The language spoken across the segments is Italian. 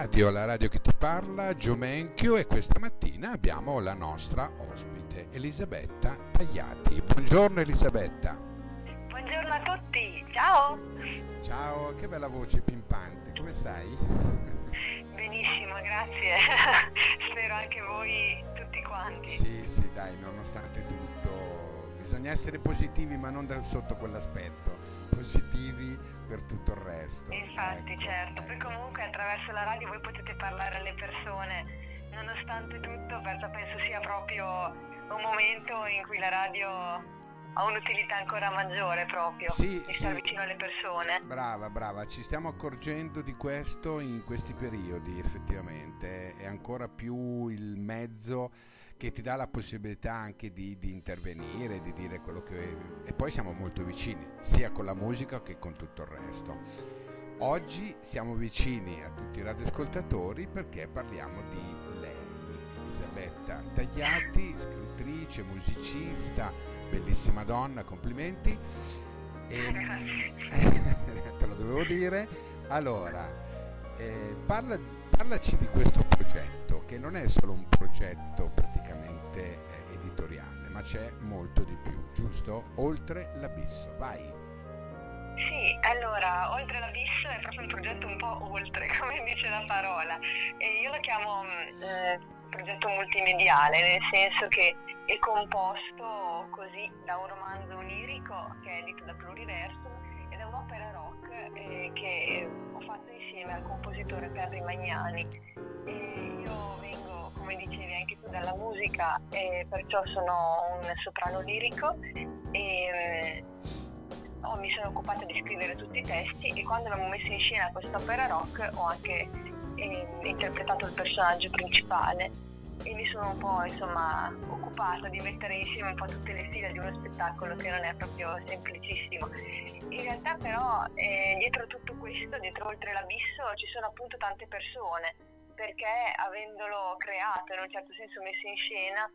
la radio che ti parla, Gio Menchio, e questa mattina abbiamo la nostra ospite Elisabetta Tagliati. Buongiorno Elisabetta. Buongiorno a tutti, ciao! Ciao, che bella voce pimpante, come stai? Benissimo, grazie. Spero anche voi tutti quanti. Sì, dai, nonostante tutto, bisogna essere positivi, ma non sotto quell'aspetto, positivi per tutto il resto. Infatti, Ecco, certo. ecco. Poi comunque attraverso la radio voi potete parlare alle persone, nonostante tutto, perciò penso sia proprio un momento in cui la radio ha un'utilità ancora maggiore proprio, Sì, di stare sì, vicino alle persone. brava, ci stiamo accorgendo di questo in questi periodi, effettivamente, è ancora più il mezzo che ti dà la possibilità anche di intervenire, di dire quello che... E poi siamo molto vicini, sia con la musica che con tutto il resto. Oggi siamo vicini a tutti i radioascoltatori perché parliamo di lei, Elisabetta Tagliati, scrittrice, musicista, bellissima donna, complimenti. Te lo dovevo dire. Allora, parlaci di questo progetto, che non è solo un progetto praticamente editoriale, ma c'è molto di più, giusto? Oltre l'abisso, vai. Sì, allora, Oltre l'abisso è proprio un progetto un po' oltre, come dice la parola, e io lo chiamo progetto multimediale, nel senso che è composto così da un romanzo onirico che è edito da Pluriversum e da un'opera rock che ho fatto insieme al compositore Perry Magnani. E io vengo, come dicevi anche tu, dalla musica e perciò sono un soprano lirico e mi sono occupata di scrivere tutti i testi e quando abbiamo messo in scena quest'opera rock ho anche interpretato il personaggio principale e mi sono un po' occupata di mettere insieme un po' tutte le fila di uno spettacolo che non è proprio semplicissimo. In realtà però dietro tutto questo, dietro Oltre l'abisso, ci sono appunto tante persone, perché avendolo creato in un certo senso messo in scena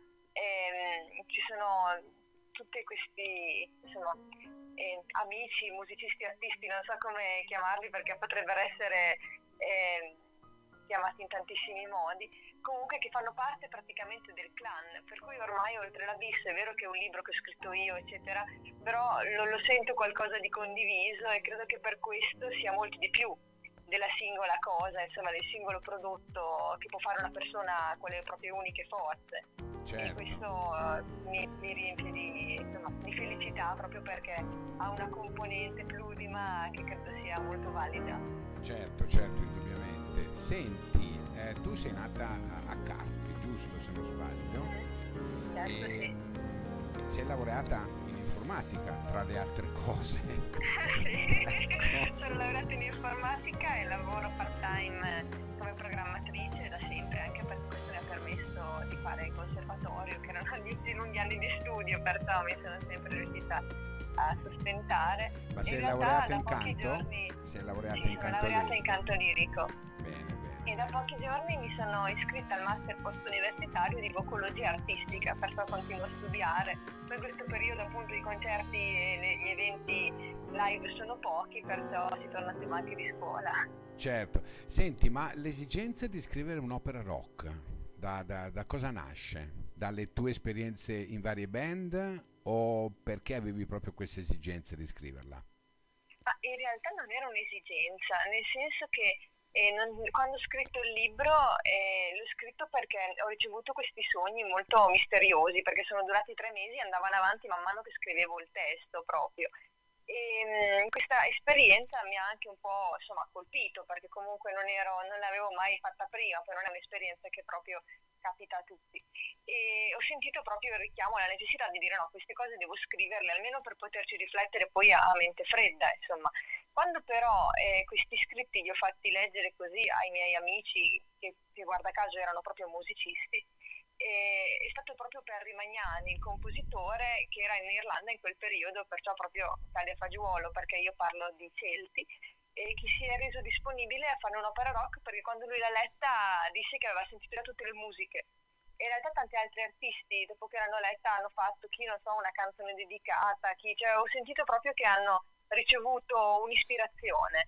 ci sono tutti questi amici, musicisti, artisti, non so come chiamarli perché potrebbero essere chiamati in tantissimi modi, comunque che fanno parte praticamente del clan, per cui ormai Oltre l'abisso è vero che è un libro che ho scritto io eccetera, però lo sento qualcosa di condiviso e credo che per questo sia molto di più della singola cosa, insomma del singolo prodotto che può fare una persona con le proprie uniche forze. Certo. E questo mi riempie di felicità proprio perché ha una componente plurima che credo sia molto valida. Certo, indubbiamente. Senti, tu sei nata a Carpi, giusto se non sbaglio? Certo, E sì. sei laureata in informatica, tra le altre cose. Sì, Ecco. sono laureata in informatica e lavoro part-time come programmatrice da sempre, anche perché questo mi ha permesso di fare il conservatorio, che erano gli lunghi anni di studio, perciò mi sono sempre riuscita a sostentare. Ma In sei realtà laureata da in pochi canto? giorni Sei laureata sì, in sono canto laureata in lirico? canto lirico. Bene, E da bene. pochi giorni mi sono iscritta al master post-universitario di vocologia artistica, perciò continuo a studiare. Poi in questo periodo appunto i concerti e gli eventi live sono pochi, perciò si torna a tematiche di scuola. Certo. Senti, ma l'esigenza di scrivere un'opera rock, da cosa nasce? Dalle tue esperienze in varie band o perché avevi proprio questa esigenza di scriverla? Ma in realtà non era un'esigenza, nel senso che quando ho scritto il libro l'ho scritto perché ho ricevuto questi sogni molto misteriosi, perché sono durati 3 mesi e andavano avanti man mano che scrivevo il testo proprio. E questa esperienza mi ha anche un po' colpito perché comunque non l'avevo mai fatta prima, poi non è un'esperienza che proprio capita a tutti. E ho sentito proprio il richiamo, la necessità di dire no, queste cose devo scriverle almeno per poterci riflettere poi a mente fredda, insomma. Quando però questi scritti li ho fatti leggere così ai miei amici, che guarda caso erano proprio musicisti, è stato proprio Perry Magnani, il compositore, che era in Irlanda in quel periodo, perciò proprio taglia fagiolo, perché io parlo di Celti, e che si è reso disponibile a fare un'opera rock perché quando lui l'ha letta disse che aveva sentito da tutte le musiche. E in realtà tanti altri artisti, dopo che l'hanno letta, hanno fatto chi, non so, una canzone dedicata, cioè ho sentito proprio che hanno ricevuto un'ispirazione.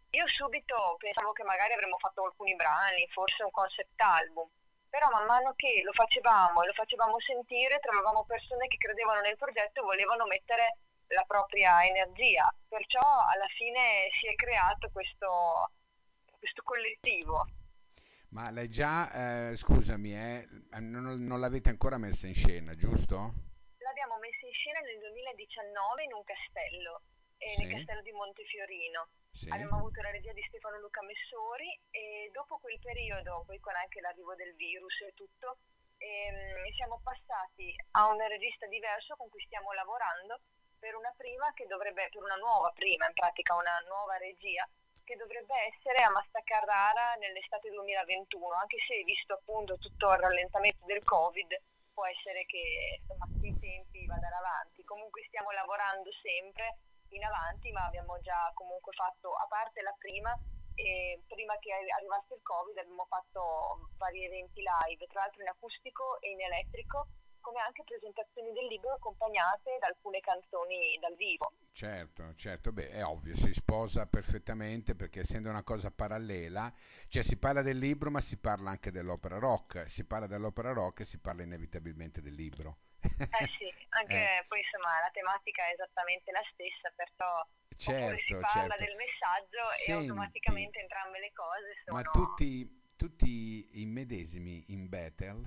Io subito pensavo che magari avremmo fatto alcuni brani, forse un concept album, però man mano che lo facevamo e lo facevamo sentire, trovavamo persone che credevano nel progetto e volevano mettere la propria energia. Perciò alla fine si è creato questo collettivo. Ma lei già, scusami, non l'avete ancora messa in scena, giusto? L'abbiamo messa in scena nel 2019 in un castello, nel Sì, castello di Montefiorino. sì. Abbiamo avuto la regia di Stefano Luca Messori e dopo quel periodo, poi con anche l'arrivo del virus e tutto, siamo passati a un regista diverso con cui stiamo lavorando per una prima che dovrebbe, per una nuova prima, in pratica una nuova regia che dovrebbe essere a Masta Carrara nell'estate 2021, anche se visto appunto tutto il rallentamento del Covid, può essere che insomma i tempi vadano avanti. Comunque stiamo lavorando sempre in avanti, ma abbiamo già comunque fatto, a parte la prima, e prima che arrivasse il Covid abbiamo fatto vari eventi live, tra l'altro in acustico e in elettrico, come anche presentazioni del libro accompagnate da alcune canzoni dal vivo. Certo, certo, beh, è ovvio, si sposa perfettamente perché essendo una cosa parallela, cioè si parla del libro ma si parla anche dell'opera rock, si parla dell'opera rock e si parla inevitabilmente del libro. Eh sì, Eh, anche poi insomma la tematica è esattamente la stessa, perciò oppure si certo, parla certo. del messaggio e Senti, automaticamente entrambe le cose ma sono. tutti i medesimi in Bethel?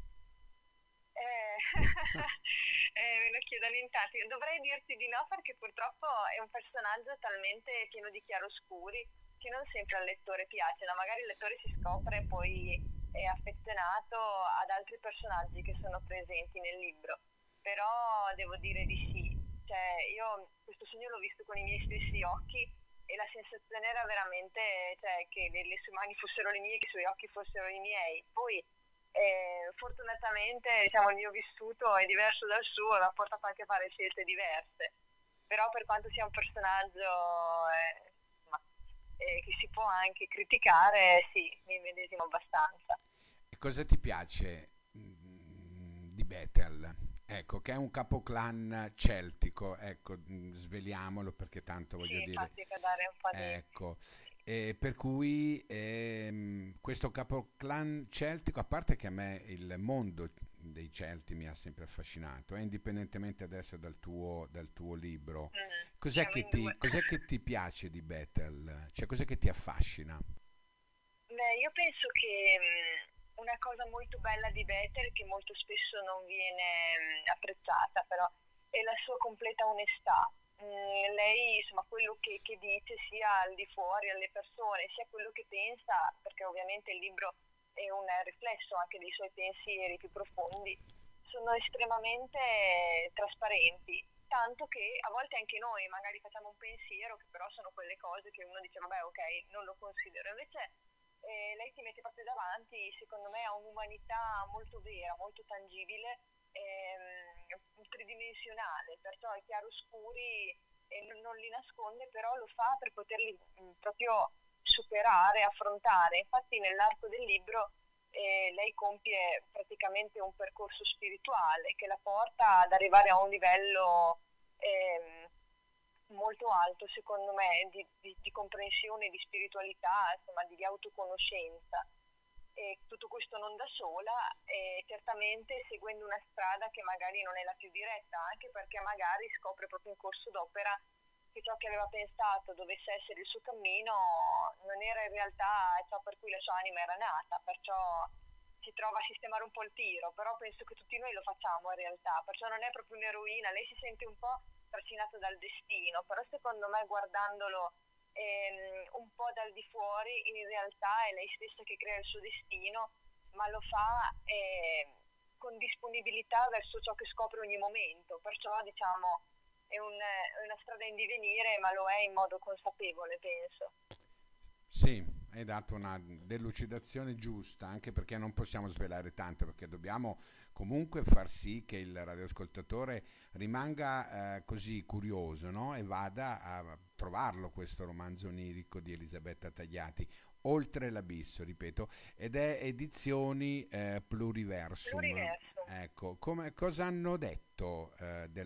Eh, me lo chiedono in tanti. Dovrei dirti di no perché purtroppo è un personaggio talmente pieno di chiaroscuri che non sempre al lettore piace, no? Magari il lettore si scopre e poi è affezionato ad altri personaggi che sono presenti nel libro, però devo dire di sì. Cioè, io questo sogno l'ho visto con i miei stessi occhi e la sensazione era veramente, cioè, che le sue mani fossero le mie, che i suoi occhi fossero i miei. Poi fortunatamente diciamo, il mio vissuto è diverso dal suo, l'ha portato anche a fare scelte diverse, però per quanto sia un personaggio insomma, che si può anche criticare, sì, mi medesimo abbastanza. E cosa ti piace di Bethel? Ecco, che è un capoclan celtico, ecco, sveliamolo perché tanto Sì, voglio dire, infatti per dare un po' di. ecco, e per cui questo capoclan celtico, a parte che a me il mondo dei Celti mi ha sempre affascinato, indipendentemente adesso dal tuo libro, Siamo in due. cos'è che ti piace di Bethel? Cioè, cos'è che ti affascina? Beh, io penso che una cosa molto bella di Bethel, che molto spesso non viene apprezzata, però, è la sua completa onestà. Lei, insomma, quello che dice sia al di fuori alle persone, sia quello che pensa, perché ovviamente il libro è un riflesso anche dei suoi pensieri più profondi, sono estremamente trasparenti. Tanto che a volte anche noi magari facciamo un pensiero che però sono quelle cose che uno dice vabbè ok, non lo considero. Invece lei ti mette proprio davanti, secondo me, a un'umanità molto vera, molto tangibile, tridimensionale, perciò i chiaroscuri non li nasconde, però lo fa per poterli proprio superare, affrontare. Infatti nell'arco del libro lei compie praticamente un percorso spirituale che la porta ad arrivare a un livello ehm, molto alto, secondo me, di comprensione, di spiritualità, insomma, di autoconoscenza. E tutto questo non da sola, e certamente seguendo una strada che magari non è la più diretta, anche perché magari scopre proprio in corso d'opera che ciò che aveva pensato dovesse essere il suo cammino non era in realtà ciò per cui la sua anima era nata, perciò si trova a sistemare un po' il tiro, però penso che tutti noi lo facciamo in realtà, perciò non è proprio un'eroina, lei si sente un po' trascinato dal destino, però secondo me guardandolo un po' dal di fuori in realtà è lei stessa che crea il suo destino, ma lo fa con disponibilità verso ciò che scopre ogni momento, perciò diciamo è una strada in divenire, ma lo è in modo consapevole, penso. Sì, hai dato una delucidazione giusta, anche perché non possiamo svelare tanto, perché dobbiamo comunque far sì che il radioascoltatore rimanga così curioso, no? E vada a trovarlo questo romanzo onirico di Elisabetta Tagliati, Oltre l'abisso, ripeto, ed è Edizioni Pluriversum. L'universo. Ecco, cosa hanno detto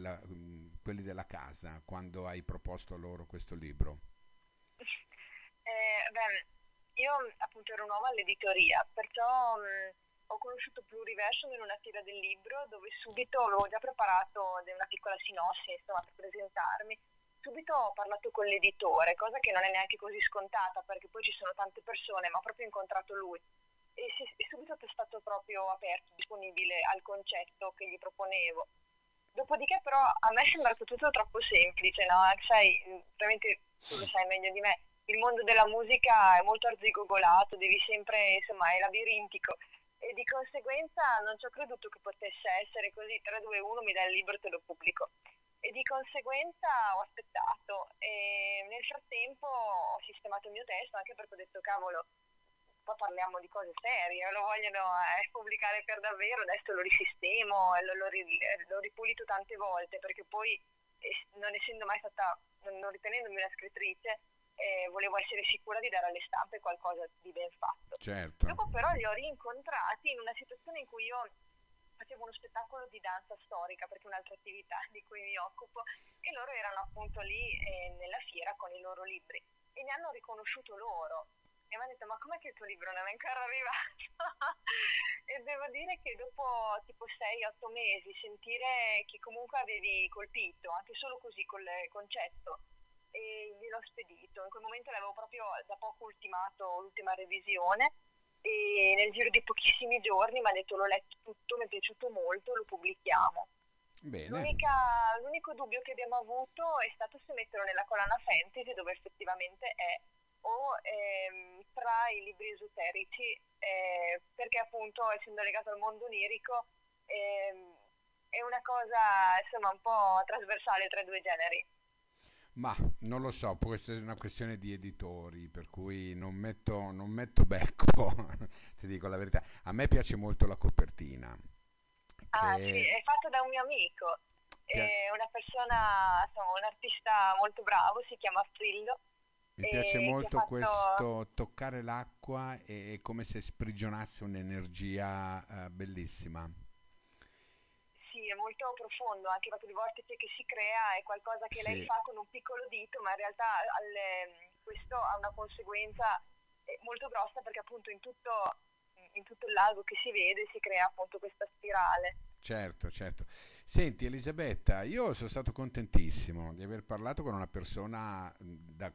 quelli della casa quando hai proposto loro questo libro? beh, io appunto ero nuova all'editoria, perciò ho conosciuto Pluriversum in una fiera del libro dove subito avevo già preparato una piccola sinossi, insomma, per presentarmi. Subito ho parlato con l'editore, cosa che non è neanche così scontata perché poi ci sono tante persone, ma ho proprio incontrato lui e subito è stato proprio aperto, disponibile al concetto che gli proponevo. Dopodiché però a me è sembrato tutto troppo semplice, no? Sai, veramente tu lo sai meglio di me, il mondo della musica è molto arzigogolato, devi sempre, insomma, è labirintico e di conseguenza non ci ho creduto che potesse essere così 3, 2, 1, mi dai il libro e te lo pubblico. E di conseguenza ho aspettato e nel frattempo ho sistemato il mio testo anche perché ho detto cavolo, poi parliamo di cose serie, lo vogliono pubblicare per davvero, adesso lo risistemo, l'ho ripulito tante volte perché poi non essendo mai stata, non ritenendomi una scrittrice, volevo essere sicura di dare alle stampe qualcosa di ben fatto. Certo. Dopo però li ho rincontrati in una situazione in cui io facevo uno spettacolo di danza storica perché è un'altra attività di cui mi occupo e loro erano appunto lì nella fiera con i loro libri e mi hanno riconosciuto loro e mi hanno detto ma com'è che il tuo libro non è ancora arrivato? E devo dire che dopo tipo 6-8 mesi sentire che comunque avevi colpito anche solo così col concetto e gliel'ho spedito, in quel momento l'avevo proprio da poco ultimato l'ultima revisione e nel giro di pochissimi giorni mi ha detto l'ho letto tutto, mi è piaciuto molto, lo pubblichiamo. Bene. L'unico dubbio che abbiamo avuto è stato se metterlo nella collana fantasy dove effettivamente è o tra i libri esoterici perché appunto essendo legato al mondo onirico è una cosa insomma un po' trasversale tra i due generi. Ma non lo so, può essere una questione di editori, per cui non metto becco, ti dico la verità. A me piace molto la copertina, Ah sì, che è fatto da un mio amico, pia- è una persona, insomma, un artista molto bravo, si chiama Frillo, mi piace che ha molto fatto, questo toccare l'acqua e è come se sprigionasse un'energia bellissima. sì, è molto profondo, anche proprio il vortice che si crea è qualcosa che lei Sì, fa con un piccolo dito, ma in realtà questo ha una conseguenza molto grossa perché appunto in tutto il lago che si vede si crea appunto questa spirale. certo, certo. Senti Elisabetta, io sono stato contentissimo di aver parlato con una persona da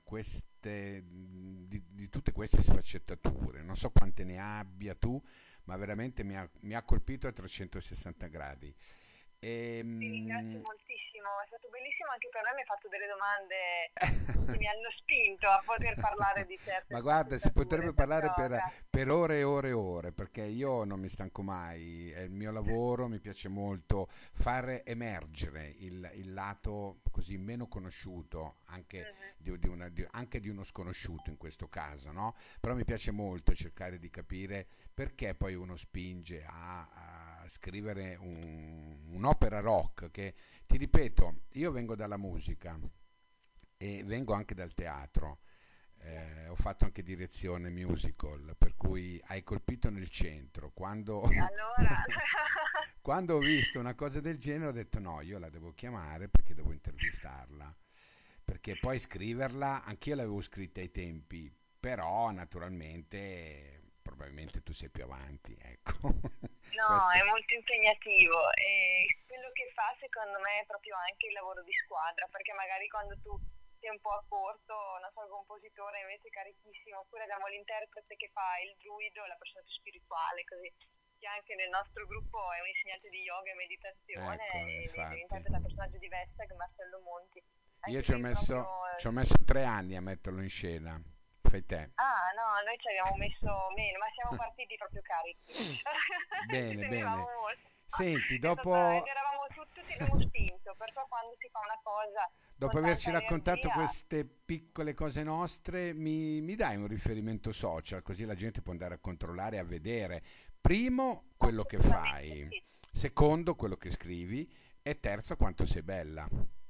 di tutte queste sfaccettature. Non so quante ne abbia tu, ma veramente mi ha colpito a 360 gradi. Ti ringrazio Ehm, moltissimo, è stato bellissimo anche per me, mi hai fatto delle domande che mi hanno spinto a poter parlare di certe Ma guarda, si sfaccettature, potrebbe parlare perciò grazie. per ore e ore e ore, perché io non mi stanco mai, è il mio lavoro, mi piace molto fare emergere il lato così meno conosciuto, anche Mhm. anche di uno sconosciuto in questo caso, no? Però mi piace molto cercare di capire perché poi uno spinge a scrivere un'opera rock che, ti ripeto, io vengo dalla musica e vengo anche dal teatro. Ho fatto anche direzione musical, per cui hai colpito nel centro. E allora, Quando ho visto una cosa del genere ho detto no, io la devo chiamare perché devo intervistarla. Perché poi scriverla, anch'io l'avevo scritta ai tempi, però naturalmente probabilmente tu sei più avanti, ecco. no, Questo. è molto impegnativo e quello che fa secondo me è proprio anche il lavoro di squadra, perché magari quando tu sei un po' a corto, non so, il compositore invece è carichissimo, oppure abbiamo l'interprete che fa il druido, la persona più spirituale, così, che anche nel nostro gruppo è un insegnante di yoga e meditazione Ecco, e infatti. interpreta il personaggio di Vesta, che è Marcello Monti. Io Anche lì proprio ci ho messo 3 anni a metterlo in scena. Fai te. ah, no, noi ci abbiamo messo meno, ma siamo partiti proprio carichi. Ci Bene, tenevamo bene. molto. Senti, Ed eravamo tutti abbiamo spinto, perciò quando si fa una cosa dopo con averci tanta raccontato energia, queste piccole cose nostre, mi dai un riferimento social così la gente può andare a controllare e a vedere, primo, quello che assolutamente fai, sì. secondo, quello che scrivi e terzo, quanto sei bella.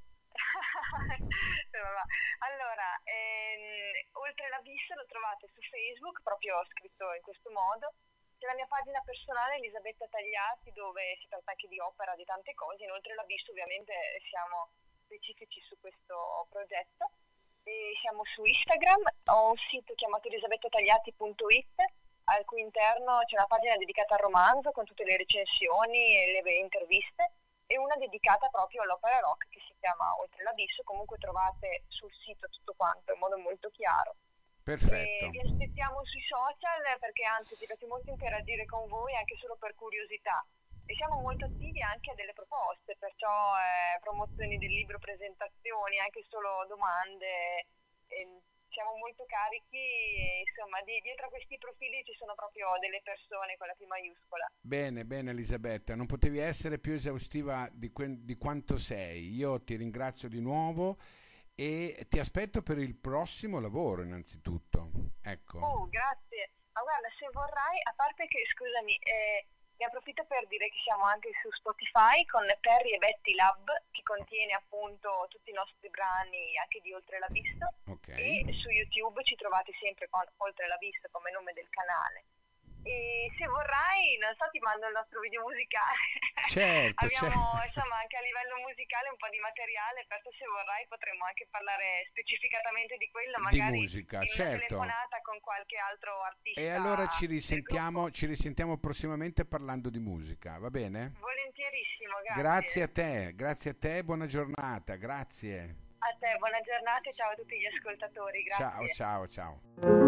Vabbè. Allora, oltre l'abisso lo trovate su Facebook, proprio scritto in questo modo. C'è la mia pagina personale Elisabetta Tagliati dove si tratta anche di opera, di tante cose. Inoltre l'abisso ovviamente siamo specifici su questo progetto. e siamo su Instagram, ho un sito chiamato elisabetatagliati.it al cui interno c'è una pagina dedicata al romanzo con tutte le recensioni e le interviste e una dedicata proprio all'opera rock che si chiama Oltre l'Abisso. Comunque trovate sul sito tutto quanto in modo molto chiaro. E Perfetto. vi aspettiamo sui social perché anzi ci piace molto interagire con voi anche solo per curiosità e siamo molto attivi anche a delle proposte, perciò promozioni del libro, presentazioni, anche solo domande. Siamo molto carichi e insomma dietro a questi profili ci sono proprio delle persone con la P maiuscola. Bene, bene Elisabetta, non potevi essere più esaustiva di quanto sei. Io ti ringrazio di nuovo e ti aspetto per il prossimo lavoro innanzitutto. Ecco. Oh, grazie. Ma guarda, se vorrai, a parte che, scusami, ne approfitto per dire che siamo anche su Spotify con Perry e Betty Lab, che contiene appunto tutti i nostri brani anche di Oltre l'Abisso, Ok. e su YouTube ci trovate sempre con Oltre l'Abisso come nome del canale. E se vorrai, non so, ti mando il nostro video musicale. Certo, Abbiamo insomma anche a livello musicale un po' di materiale, perciò se vorrai potremmo anche parlare specificatamente di quello, di magari musica, in una certo. telefonata con qualche altro E allora artista del gruppo. ci risentiamo prossimamente parlando di musica, va bene? Volentierissimo, grazie. Grazie a te, buona giornata, grazie. A te, buona giornata e ciao a tutti gli ascoltatori, Ciao, grazie. ciao, ciao.